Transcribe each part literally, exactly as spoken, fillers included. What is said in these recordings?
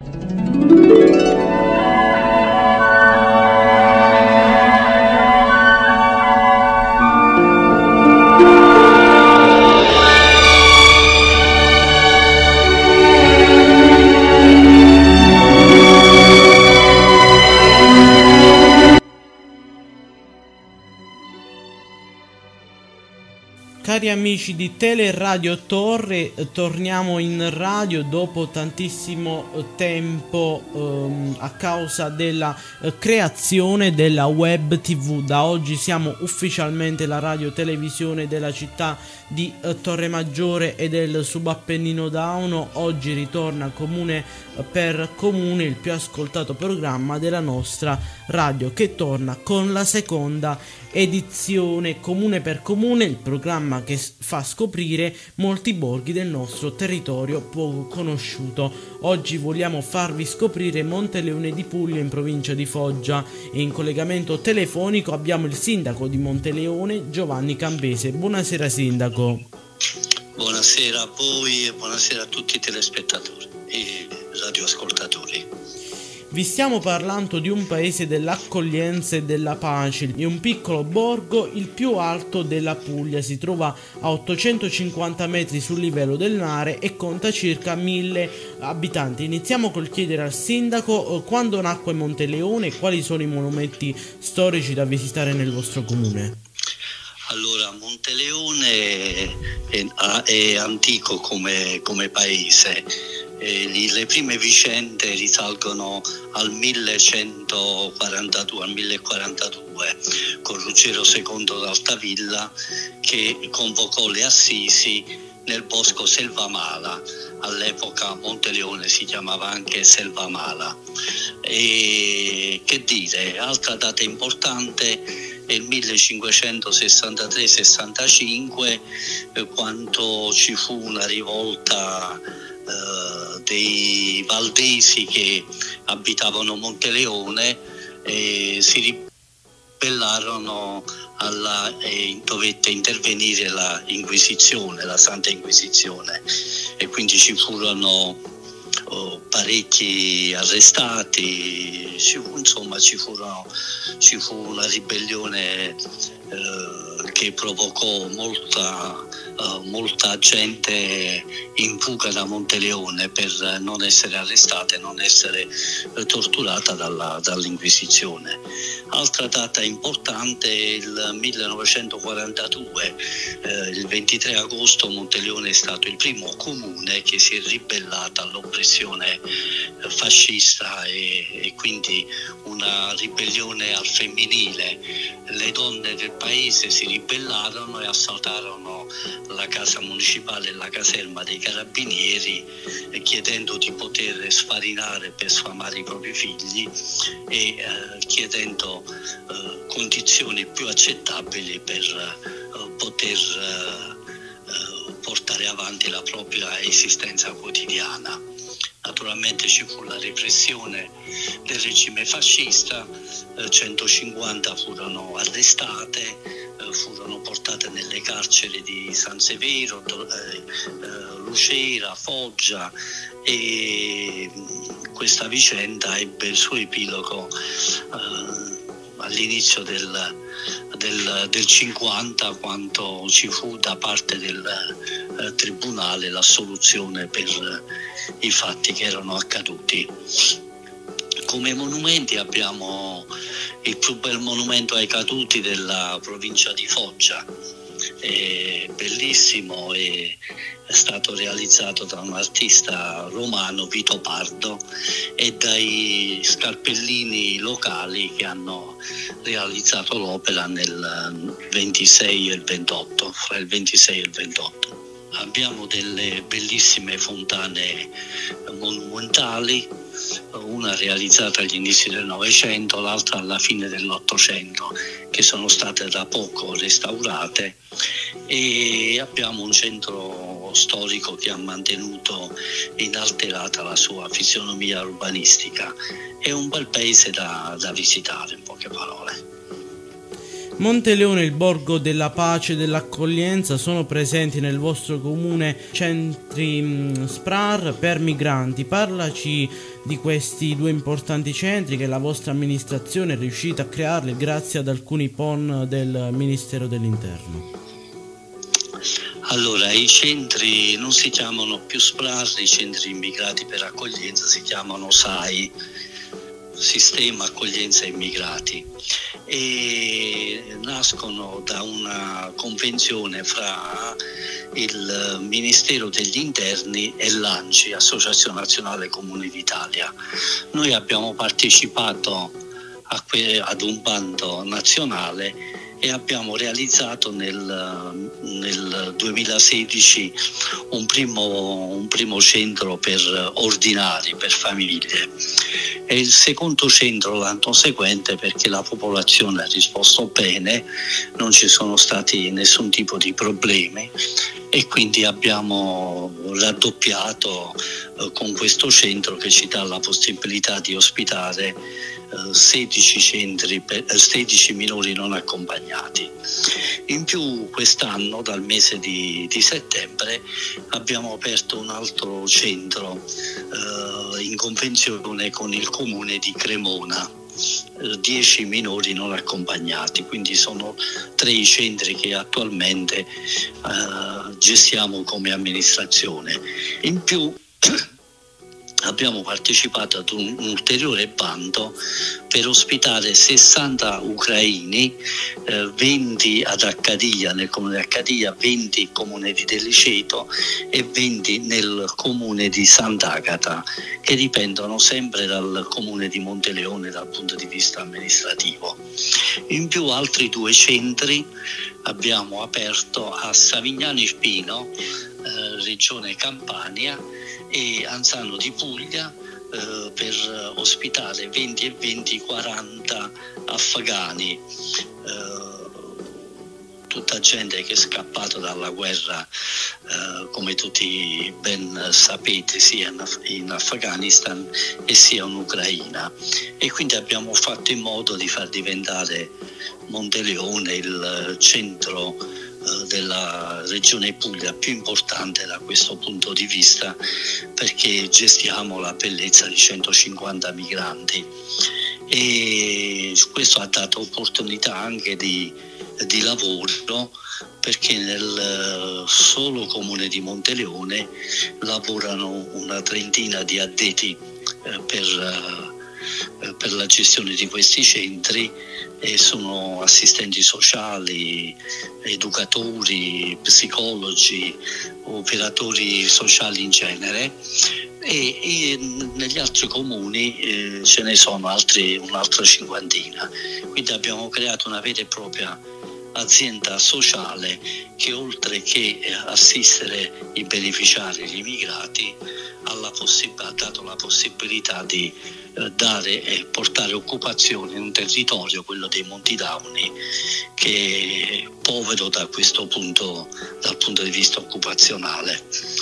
Cari amici di Teleradio Torre, torniamo in radio dopo tantissimo tempo ehm, a causa della eh, creazione della web tv. Da oggi siamo ufficialmente la radio televisione della città di eh, Torre Maggiore e del Subappennino Dauno. Oggi ritorna comune per comune il più ascoltato programma della nostra radio, che torna con la seconda edizione. Comune per comune, il programma che fa scoprire molti borghi del nostro territorio poco conosciuto. Oggi vogliamo farvi scoprire Monteleone di Puglia, in provincia di Foggia, e in collegamento telefonico abbiamo il sindaco di Monteleone, Giovanni Campese. Buonasera sindaco. Buonasera a voi e buonasera a tutti i telespettatori e radioascoltatori. Vi stiamo parlando di un paese dell'accoglienza e della pace, di un piccolo borgo, il più alto della Puglia. Si trova a ottocentocinquanta metri sul livello del mare e conta circa mille abitanti. Iniziamo col chiedere al sindaco quando nacque Monteleone e quali sono i monumenti storici da visitare nel vostro comune. Allora, Monteleone è, è antico come, come paese. E le prime vicende risalgono al millecentoquarantadue, al millequarantadue, con Ruggero secondo d'Altavilla, che convocò le Assisi nel bosco Selvamala. All'epoca Monteleone si chiamava anche Selvamala. E che dire, altra data importante è il millecinquecentosessantatré sessantacinque, eh, quando ci fu una rivolta eh, dei valdesi che abitavano Monteleone e si ribellarono alla, e dovette intervenire la Inquisizione, la Santa Inquisizione, e quindi ci furono oh, parecchi arrestati, ci fu, insomma ci, furono, ci fu una ribellione eh, che provocò molta, uh, molta gente in fuga da Monteleone per non essere arrestata e non essere eh, torturata dalla, dall'Inquisizione. Altra data importante è il millenovecentoquarantadue, eh, il ventitré agosto Monteleone è stato il primo comune che si è ribellato all'oppressione eh, fascista e, e quindi una ribellione al femminile. Le donne del paese si ribellarono e assaltarono la casa municipale e la caserma dei carabinieri, eh, chiedendo di poter sfarinare per sfamare i propri figli e eh, chiedendo eh, condizioni più accettabili per eh, poter eh, portare avanti la propria esistenza quotidiana. Naturalmente ci fu la repressione del regime fascista, eh, centocinquanta furono arrestate, eh, furono portate nelle carceri di San Severo, eh, eh, Lucera, Foggia, e questa vicenda ebbe il suo epilogo eh, all'inizio del, del, del cinquanta, quando ci fu da parte del eh, tribunale l'assoluzione per eh, i fatti che erano accaduti. Come monumenti abbiamo il più bel monumento ai caduti della provincia di Foggia, è bellissimo, e è stato realizzato da un artista romano, Vito Pardo, e dai scarpellini locali che hanno realizzato l'opera nel ventisei e il ventotto, fra il ventisei e il ventotto. Abbiamo delle bellissime fontane monumentali, una realizzata agli inizi del Novecento, l'altra alla fine dell'Ottocento, che sono state da poco restaurate, e abbiamo un centro storico che ha mantenuto inalterata la sua fisionomia urbanistica. È un bel paese da, da visitare, in poche parole. Monteleone e il Borgo della Pace e dell'Accoglienza sono presenti nel vostro comune centri mh, S P R A R per migranti. Parlaci di questi due importanti centri che la vostra amministrazione è riuscita a crearli grazie ad alcuni P O N del Ministero dell'Interno. Allora, i centri non si chiamano più S P R A R, i centri immigrati per accoglienza si chiamano S A I, Sistema Accoglienza Immigrati, e nascono da una convenzione fra il Ministero degli Interni e l'ANCI, Associazione Nazionale Comuni d'Italia. Noi abbiamo partecipato a que- ad un bando nazionale e abbiamo realizzato nel, nel duemilasedici un primo, un primo centro per ordinari, per famiglie, e il secondo centro l'anno seguente, perché la popolazione ha risposto bene, non ci sono stati nessun tipo di problemi e quindi abbiamo raddoppiato eh, con questo centro che ci dà la possibilità di ospitare eh, sedici centri per, eh, sedici minori non accompagnati. In più quest'anno, dal mese di, di settembre, abbiamo aperto un altro centro eh, in convenzione con il comune di Cremona, dieci minori non accompagnati, quindi sono tre i centri che attualmente eh, gestiamo come amministrazione. In più abbiamo partecipato ad un, un ulteriore bando per ospitare sessanta ucraini, eh, venti ad Accadia, nel comune di Accadia, venti nel comune di Deliceto e venti nel comune di Sant'Agata, che dipendono sempre dal comune di Monteleone dal punto di vista amministrativo. In più altri due centri abbiamo aperto a Savignano Irpino, eh, regione Campania, e Anzano di Puglia, eh, per ospitare venti e venti quaranta afghani, eh, tutta gente che è scappata dalla guerra, eh, come tutti ben sapete, sia in, Af- in Afghanistan e sia in Ucraina, e quindi abbiamo fatto in modo di far diventare Monteleone il centro della regione Puglia più importante da questo punto di vista, perché gestiamo la bellezza di centocinquanta migranti, e questo ha dato opportunità anche di, di lavoro, perché nel solo comune di Monteleone lavorano una trentina di addetti eh, per per la gestione di questi centri, e sono assistenti sociali, educatori, psicologi, operatori sociali in genere, e, e negli altri comuni eh, ce ne sono altri, un'altra cinquantina. Quindi abbiamo creato una vera e propria azienda sociale che, oltre che assistere i beneficiari, gli immigrati, ha, possib- ha dato la possibilità di eh, dare e portare occupazione in un territorio, quello dei Monti Dauni, che è povero da questo punto, dal punto di vista occupazionale.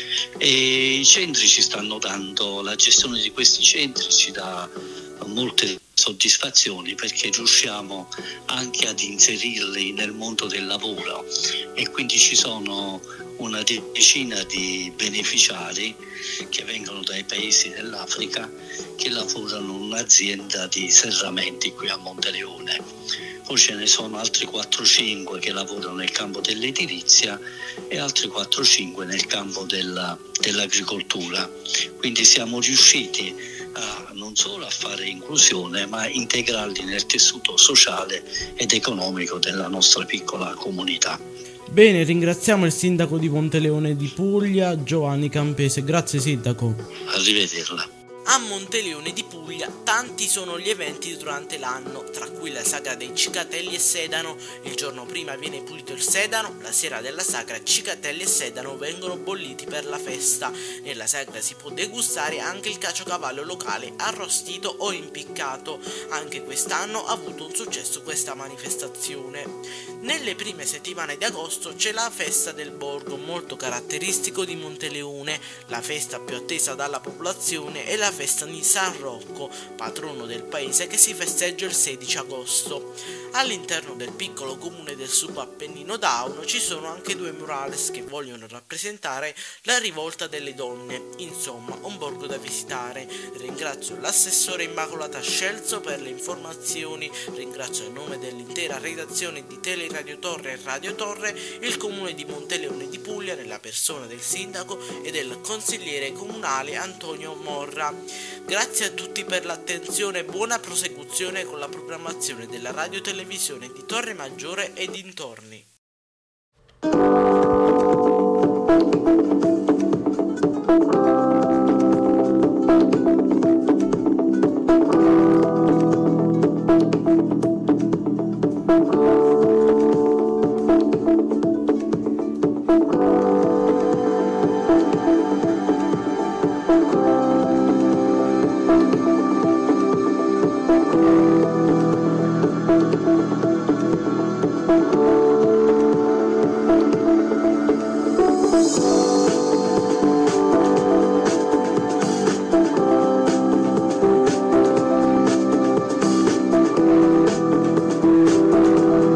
E i centri ci stanno dando, la gestione di questi centri ci dà molte soddisfazioni, perché riusciamo anche ad inserirli nel mondo del lavoro, e quindi ci sono una decina di beneficiari che vengono dai paesi dell'Africa, che lavorano in un'azienda di serramenti qui a Monteleone. Poi ce ne sono altri quattro cinque che lavorano nel campo dell'edilizia e altri quattro cinque nel campo della, dell'agricoltura. Quindi siamo riusciti a, non solo a fare inclusione, ma a integrarli nel tessuto sociale ed economico della nostra piccola comunità. Bene, ringraziamo il sindaco di Monteleone di Puglia, Giovanni Campese. Grazie sindaco. Arrivederla. A Monteleone di Puglia tanti sono gli eventi durante l'anno, tra cui la sagra dei Cicatelli e Sedano. Il giorno prima viene pulito il sedano, la sera della sagra Cicatelli e Sedano vengono bolliti per la festa. Nella sagra si può degustare anche il caciocavallo locale arrostito o impiccato. Anche quest'anno ha avuto un successo questa manifestazione. Nelle prime settimane di agosto c'è la festa del borgo, molto caratteristico di Monteleone. La festa più attesa dalla popolazione è la festa di San Rocco, patrono del paese, che si festeggia il sedici agosto. All'interno del piccolo comune del subappennino d'Auno ci sono anche due murales che vogliono rappresentare la rivolta delle donne, insomma un borgo da visitare. Ringrazio l'assessore Immacolata Scelzo per le informazioni, ringrazio a nome dell'intera redazione di Teleradio Torre e Radio Torre il comune di Monteleone di Puglia nella persona del sindaco e del consigliere comunale Antonio Morra. Grazie a tutti per l'attenzione e buona prosecuzione con la programmazione della radio televisione di Torre Maggiore e dintorni.